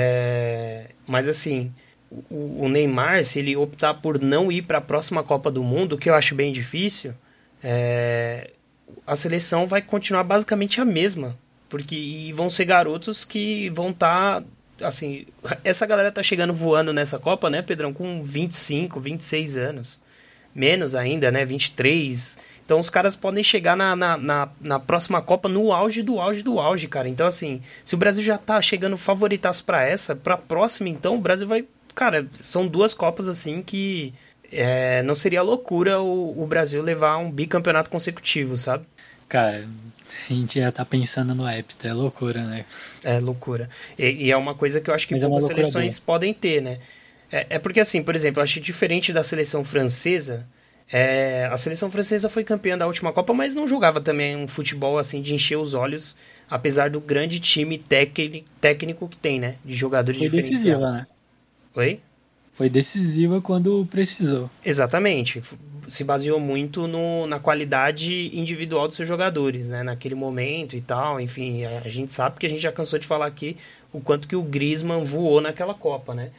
É, mas assim, o, o Neymar, se ele optar por não ir pra próxima Copa do Mundo, que eu acho bem difícil, é, a seleção vai continuar basicamente a mesma. Porque e vão ser garotos que vão estar. Assim, essa galera tá chegando voando nessa Copa, né, Pedrão? Com vinte e cinco, vinte e seis anos. Menos ainda, né? vinte e três. Então os caras podem chegar na, na, na, na próxima Copa no auge do auge do auge, cara. Então, assim, se o Brasil já tá chegando favoritaço pra essa, pra próxima, então, o Brasil vai cara, são duas Copas assim que é, não seria loucura o, o Brasil levar um bicampeonato consecutivo, sabe? Cara, a gente já tá pensando no hepta, é loucura, né? É loucura. E, e é uma coisa que eu acho que Mas é uma poucas loucura boa. seleções podem ter, né? É, é porque assim, por exemplo, eu acho que diferente da seleção francesa, é, a seleção francesa foi campeã da última Copa, mas não jogava também um futebol assim de encher os olhos, apesar do grande time técnico, técnico que tem, né? De jogadores Foi decisiva, diferenciados. né? Oi? Foi decisiva quando precisou. Exatamente. Se baseou muito no, na qualidade individual dos seus jogadores, né? Naquele momento e tal. Enfim, a gente sabe que a gente já cansou de falar aqui o quanto que o Griezmann voou naquela Copa, né?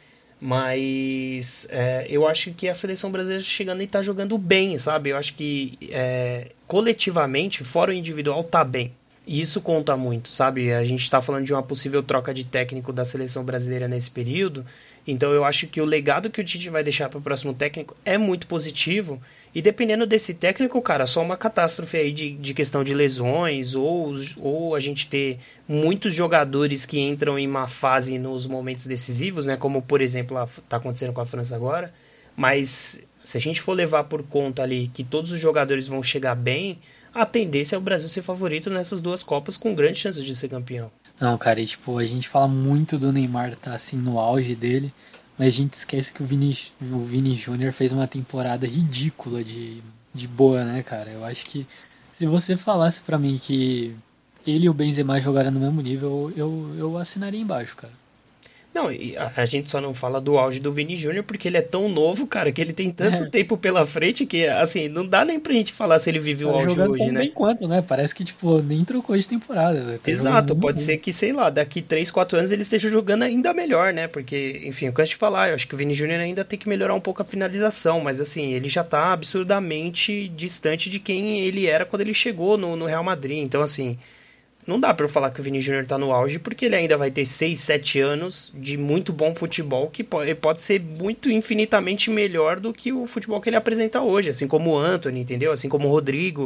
Mas é, eu acho que a seleção brasileira chegando e tá jogando bem, sabe? Eu acho que é, coletivamente, fora o individual, tá bem. E isso conta muito, sabe? A gente está falando de uma possível troca de técnico da seleção brasileira nesse período. Então eu acho que o legado que o Tite vai deixar para o próximo técnico é muito positivo. E dependendo desse técnico, cara, só uma catástrofe aí de, de questão de lesões, ou, ou a gente ter muitos jogadores que entram em má fase nos momentos decisivos, né? Como por exemplo está acontecendo com a França agora. Mas se a gente for levar por conta ali que todos os jogadores vão chegar bem, a tendência é o Brasil ser favorito nessas duas Copas com grandes chances de ser campeão. Não, cara, e, tipo, a gente fala muito do Neymar tá assim no auge dele, mas a gente esquece que o Vini, o Vini Júnior fez uma temporada ridícula de, de boa, né, cara? Eu acho que se você falasse pra mim que ele e o Benzema jogaram no mesmo nível, eu, eu assinaria embaixo, cara. Não, a, a gente só não fala do auge do Vini Júnior porque ele é tão novo, cara, que ele tem tanto tempo pela frente que, assim, não dá nem pra gente falar se ele vive o Tá auge jogando hoje, tão né? bem quanto, né? Parece que, tipo, nem trocou de temporada. Né? Tá Exato, jogando pode muito ser que, sei lá, daqui três quatro anos ele esteja jogando ainda melhor, né? Porque, enfim, eu canso de falar, eu acho que o Vini Júnior ainda tem que melhorar um pouco a finalização, mas assim, ele já tá absurdamente distante de quem ele era quando ele chegou no, no Real Madrid. Então, assim, não dá pra eu falar que o Vini Júnior tá no auge, porque ele ainda vai ter seis sete anos de muito bom futebol, que pode, pode ser muito infinitamente melhor do que o futebol que ele apresenta hoje, assim como o Antony, entendeu? Assim como o Rodrigo,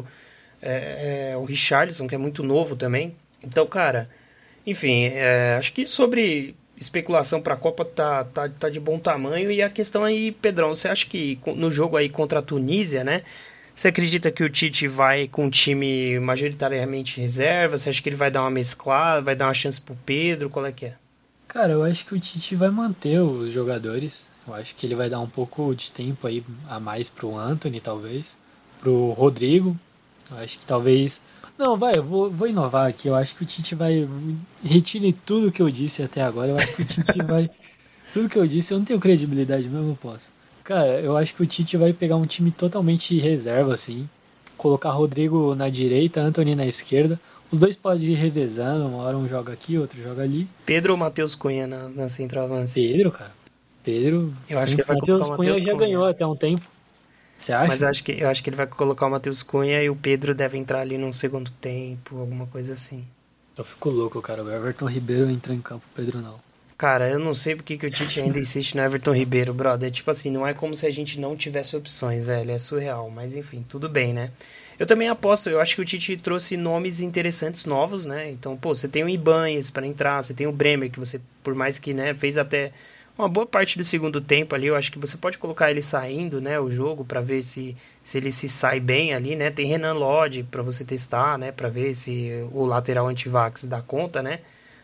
é, é, o Richarlison, que é muito novo também. Então, cara, enfim, é, acho que sobre especulação pra Copa tá, tá, tá de bom tamanho. E a questão aí, Pedrão, você acha que no jogo aí contra a Tunísia, né? Você acredita que o Tite vai com um time majoritariamente reserva? Você acha que ele vai dar uma mesclada, vai dar uma chance pro Pedro? Qual é que é? Cara, eu acho que o Tite vai manter os jogadores. Eu acho que ele vai dar um pouco de tempo aí a mais pro Antony, talvez. Pro Rodrigo. Eu acho que talvez. Não, vai, eu vou, vou inovar aqui. Eu acho que o Tite vai. Retire tudo que eu disse até agora. Eu acho que o Tite vai. Tudo que eu disse, eu não tenho credibilidade mesmo, eu posso. Cara, eu acho que o Tite vai pegar um time totalmente reserva, assim. Colocar Rodrigo na direita, Antony na esquerda. Os dois podem ir revezando, uma hora um joga aqui, outro joga ali. Pedro ou Matheus Cunha na, na centroavance? Pedro, cara. Pedro, Eu acho sim, que ele vai colocar Matheus o Cunha Matheus já Cunha. ganhou até um tempo. Você Mas acha? eu acho que, eu acho que ele vai colocar o Matheus Cunha e o Pedro deve entrar ali num segundo tempo, alguma coisa assim. Eu fico louco, cara. O Everton Ribeiro entrou em campo, o Pedro não. Cara, eu não sei porque que o Tite ainda insiste no Everton Ribeiro, brother. Tipo assim, não é como se a gente não tivesse opções, velho. É surreal. Mas enfim, tudo bem, né? Eu também aposto, eu acho que o Tite trouxe nomes interessantes novos, né? Então, pô, você tem o Ibanez para entrar, você tem o Bremer, que você, por mais que, né, fez até uma boa parte do segundo tempo ali, eu acho que você pode colocar ele saindo, né, o jogo, para ver se, se ele se sai bem ali, né? Tem Renan Lodge para você testar, né, para ver se o lateral antivax dá conta, né?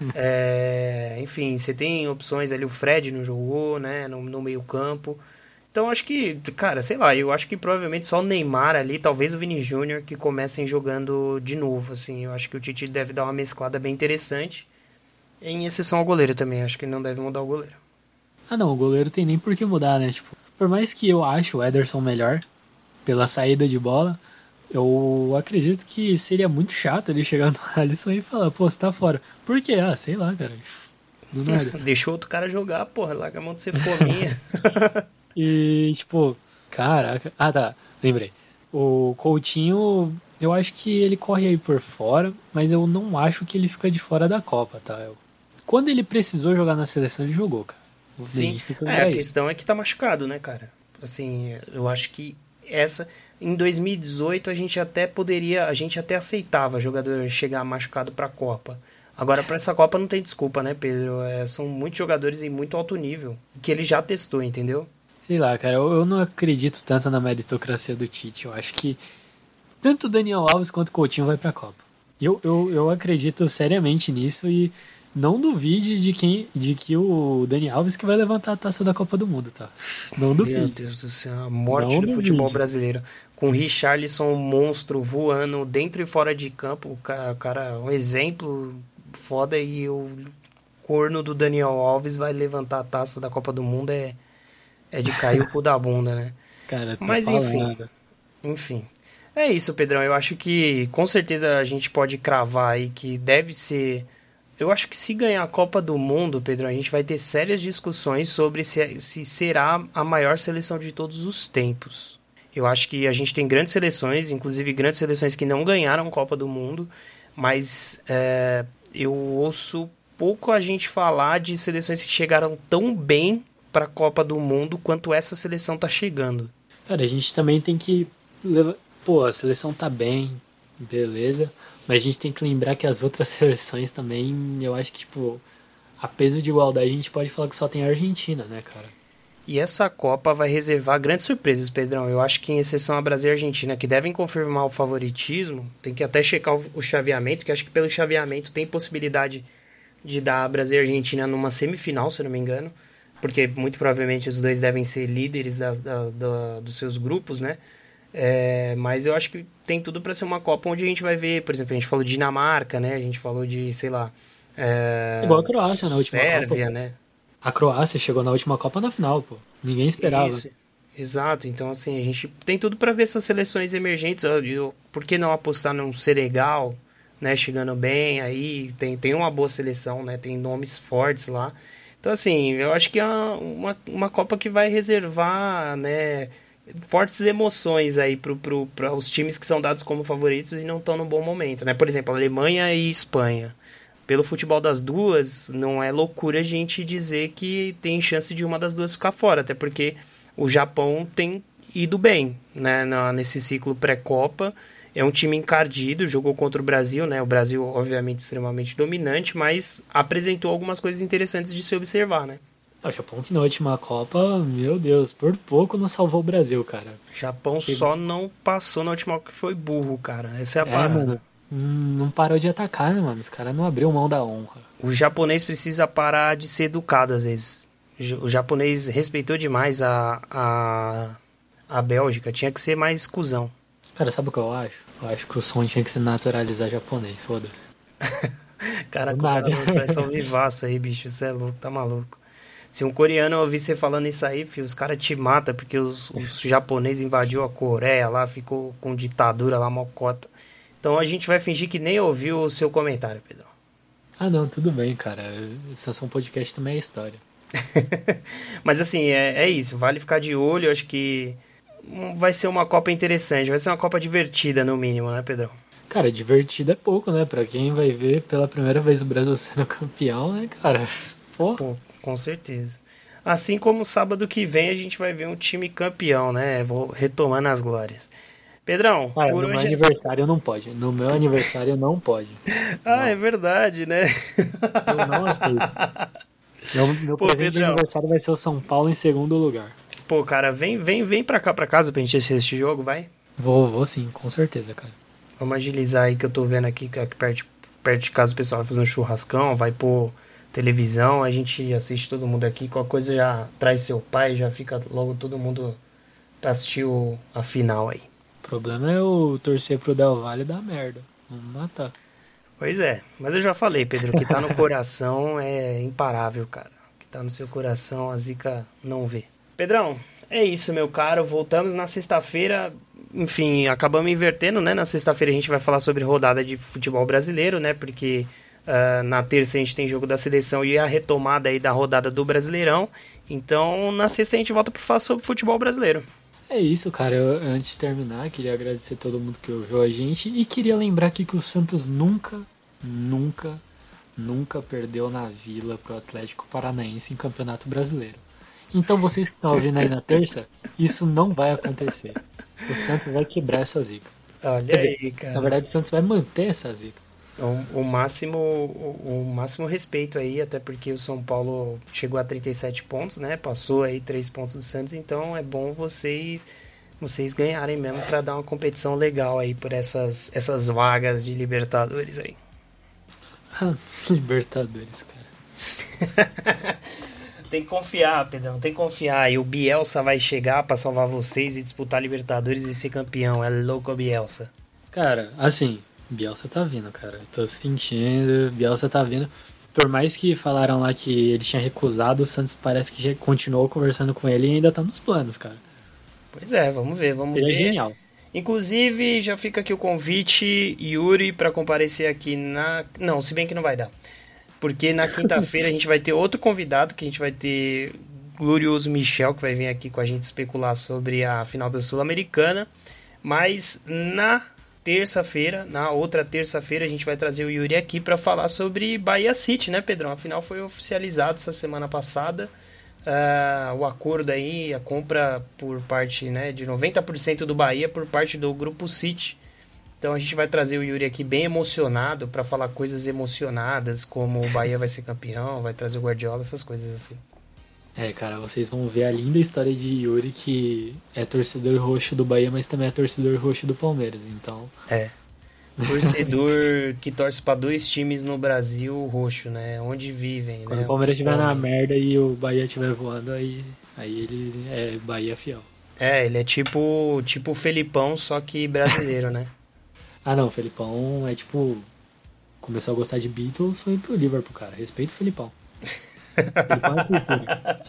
É, enfim, você tem opções ali, o Fred não jogou, né, no, no meio campo. Então acho que, cara, sei lá, eu acho que provavelmente só o Neymar ali, talvez o Vini Júnior que comecem jogando de novo, assim. Eu acho que o Tite deve dar uma mesclada bem interessante. Em exceção ao goleiro também, acho que ele não deve mudar o goleiro. Ah não, o goleiro tem nem por que mudar, né? Tipo, por mais que eu acho o Ederson melhor pela saída de bola, eu acredito que seria muito chato ele chegar no Alisson e falar, pô, você tá fora. Por quê? Ah, sei lá, cara. Do nada. Deixou outro cara jogar, porra, larga a mão de ser fominha. E, tipo, caraca. Ah, tá, lembrei. O Coutinho, eu acho que ele corre aí por fora, mas eu não acho que ele fica de fora da Copa, tá? Eu... Quando ele precisou jogar na seleção, ele jogou, cara. Sim, é, a questão é que tá machucado, né, cara? Assim, eu acho que essa... Em dois mil e dezoito a gente até poderia, a gente até aceitava jogador chegar machucado pra Copa. Agora, para essa Copa não tem desculpa, né, Pedro? É, são muitos jogadores em muito alto nível, que ele já testou, entendeu? Sei lá, cara, eu, eu não acredito tanto na meritocracia do Tite. Eu acho que tanto o Daniel Alves quanto o Coutinho vai pra Copa. Eu, eu, eu acredito seriamente nisso e não duvide de, quem, de que o Daniel Alves que vai levantar a taça da Copa do Mundo, tá? Não duvide. Meu Deus do céu, a morte Não do duvide. futebol brasileiro. Com o Richarlison, um monstro, voando dentro e fora de campo. O cara, o cara, um exemplo foda, e o corno do Daniel Alves vai levantar a taça da Copa do Mundo. É, é de cair o cu da bunda, né? Cara, tô Mas enfim, falando. enfim. É isso, Pedrão. Eu acho que com certeza a gente pode cravar aí que deve ser. Eu acho que se ganhar a Copa do Mundo, Pedrão, a gente vai ter sérias discussões sobre se, se será a maior seleção de todos os tempos. Eu acho que a gente tem grandes seleções, inclusive grandes seleções que não ganharam a Copa do Mundo, mas é, eu ouço pouco a gente falar de seleções que chegaram tão bem para a Copa do Mundo quanto essa seleção tá chegando. Cara, a gente também tem que levar... Pô, a seleção tá bem, beleza, mas a gente tem que lembrar que as outras seleções também, eu acho que, tipo, a peso de igualdade a gente pode falar que só tem a Argentina, né, cara? E essa Copa vai reservar grandes surpresas, Pedrão. Eu acho que, em exceção a Brasil e Argentina, que devem confirmar o favoritismo, tem que até checar o, o chaveamento, que acho que pelo chaveamento tem possibilidade de dar a Brasil e Argentina numa semifinal, se eu não me engano, porque muito provavelmente os dois devem ser líderes das, da, da, dos seus grupos, né? É, mas eu acho que tem tudo para ser uma Copa onde a gente vai ver, por exemplo, a gente falou de Dinamarca, né? A gente falou de, sei lá, é, Igual a Croácia na última Sérvia, Copa. né? A Croácia chegou na última Copa na final, pô. Ninguém esperava. Isso, exato. Então, assim, a gente tem tudo para ver essas seleções emergentes. Eu, eu, por que não apostar num Senegal, né? Chegando bem aí, tem, tem uma boa seleção, né? Tem nomes fortes lá. Então, assim, eu acho que é uma, uma Copa que vai reservar, né, fortes emoções aí para pro, pro, os times que são dados como favoritos e não estão no bom momento, né? Por exemplo, Alemanha e Espanha. Pelo futebol das duas, não é loucura a gente dizer que tem chance de uma das duas ficar fora, até porque o Japão tem ido bem, né, nesse ciclo pré-Copa. É um time encardido, jogou contra o Brasil, né? O Brasil, obviamente, extremamente dominante, mas apresentou algumas coisas interessantes de se observar, né? O Japão que na última Copa, meu Deus, por pouco não salvou o Brasil, cara. O Japão que... só não passou na última Copa que foi burro, cara. Essa é a é, parada. Mano, não parou de atacar, né, mano? Os caras não abriu mão da honra. O japonês precisa parar de ser educado, às vezes. O japonês respeitou demais a, a, a Bélgica. Tinha que ser mais cuzão. Cara, sabe o que eu acho? Eu acho que o som tinha que se naturalizar japonês, foda-se. Cara, o cara lançou essa vivaço aí, bicho. Você é louco, tá maluco. Se um coreano ouvir você falando isso aí, filho, os caras te matam, porque os, os japoneses invadiu a Coreia lá, ficou com ditadura lá, mocota. Então a gente vai fingir que nem ouviu o seu comentário, Pedro. Ah, não, tudo bem, cara. Estação Podcast também é história. Mas assim, é, é isso. Vale ficar de olho. Acho que vai ser uma Copa interessante. Vai ser uma Copa divertida, no mínimo, né, Pedrão? Cara, divertido é pouco, né? Pra quem vai ver pela primeira vez o Brasil sendo campeão, né, cara? Pô. Pô, com certeza. Assim como sábado que vem a gente vai ver um time campeão, né? Vou retomando as glórias. Pedrão, ah, por no hoje meu aniversário é... não pode. No meu aniversário não pode. Ah, não. É verdade, né? Eu não aceito. Meu, meu Pô, presente Pedrão. de aniversário vai ser o São Paulo em segundo lugar. Pô, cara, vem, vem, vem pra cá, pra casa pra gente assistir esse jogo, vai? Vou, vou sim, com certeza, cara. Vamos agilizar aí que eu tô vendo aqui, que aqui perto, perto de casa o pessoal vai fazer um churrascão, vai pôr televisão, a gente assiste todo mundo aqui, qualquer coisa já traz seu pai, já fica logo todo mundo pra assistir o, a final aí. O problema é eu torcer pro Del Valle dar merda. Vamos matar. Pois é, mas eu já falei, Pedro, que tá no coração é imparável, cara. Que tá no seu coração, a zica não vê. Pedrão, é isso, meu caro. Voltamos na sexta-feira. Enfim, acabamos invertendo, né? Na sexta-feira a gente vai falar sobre rodada de futebol brasileiro, né? Porque uh, na terça a gente tem jogo da seleção e a retomada aí da rodada do Brasileirão. Então, na sexta a gente volta para falar sobre futebol brasileiro. É isso, cara. Eu, antes de terminar, queria agradecer a todo mundo que ouviu a gente e queria lembrar aqui que o Santos nunca, nunca, nunca perdeu na Vila pro Atlético Paranaense em Campeonato Brasileiro. Então vocês que estão ouvindo aí na terça, isso não vai acontecer. O Santos vai quebrar essa zica. Olha Quer aí, dizer, cara. Na verdade, o Santos vai manter essa zica. O, o, máximo, o, o máximo respeito aí, até porque o São Paulo chegou a trinta e sete pontos, né? Passou aí três pontos do Santos, então é bom vocês vocês ganharem mesmo para dar uma competição legal aí por essas, essas vagas de Libertadores aí. Libertadores, cara. Tem que confiar, Pedrão, tem que confiar. E o Bielsa vai chegar para salvar vocês e disputar Libertadores e ser campeão. É louco, Bielsa. Cara, assim, Bielsa tá vindo, cara. Eu tô sentindo, Bielsa tá vindo. Por mais que falaram lá que ele tinha recusado, o Santos parece que já continuou conversando com ele e ainda tá nos planos, cara. Pois é, vamos ver, vamos ele ver. É genial. Inclusive, já fica aqui o convite, Yuri, para comparecer aqui na... Não, se bem que não vai dar. Porque na quinta-feira a gente vai ter outro convidado, que a gente vai ter glorioso Michel, que vai vir aqui com a gente especular sobre a final da Sul-Americana. Mas na terça-feira, na outra terça-feira, a gente vai trazer o Yuri aqui para falar sobre Bahia City, né, Pedrão? Afinal, foi oficializado essa semana passada uh, o acordo aí, a compra por parte, né, de noventa por cento do Bahia por parte do Grupo City. Então a gente vai trazer o Yuri aqui bem emocionado para falar coisas emocionadas, como o Bahia vai ser campeão, vai trazer o Guardiola, essas coisas assim. É, cara, vocês vão ver a linda história de Yuri, que é torcedor roxo do Bahia, mas também é torcedor roxo do Palmeiras, então... É, torcedor que torce para dois times no Brasil roxo, né, onde vivem, Quando né? o Palmeiras estiver na merda e o Bahia estiver voando, aí, aí ele é Bahia fiel. É, ele é tipo, tipo o Felipão, só que brasileiro, né? Ah não, o Felipão é tipo... Começou a gostar de Beatles, foi pro Liverpool, cara. Respeito o Felipão. Felipão é cultura.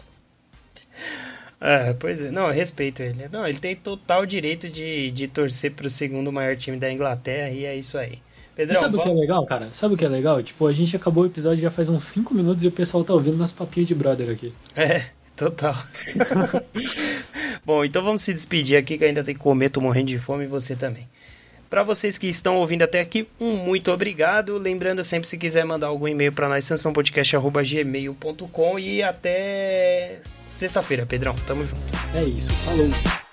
É, pois é. Não, eu respeito ele. Não, ele tem total direito de, de torcer pro segundo maior time da Inglaterra e é isso aí. Pedrão, e sabe vamos... o que é legal, cara? Sabe o que é legal? Tipo, a gente acabou o episódio já faz uns cinco minutos e o pessoal tá ouvindo nosso papinho de brother aqui. É, total. Bom, então vamos se despedir aqui que ainda tem que comer, tô morrendo de fome e você também. Para vocês que estão ouvindo até aqui, um muito obrigado. Lembrando sempre, se quiser mandar algum e-mail para nós, sansão podcast arroba gmail ponto com e até sexta-feira, Pedrão. Tamo junto. É isso, falou.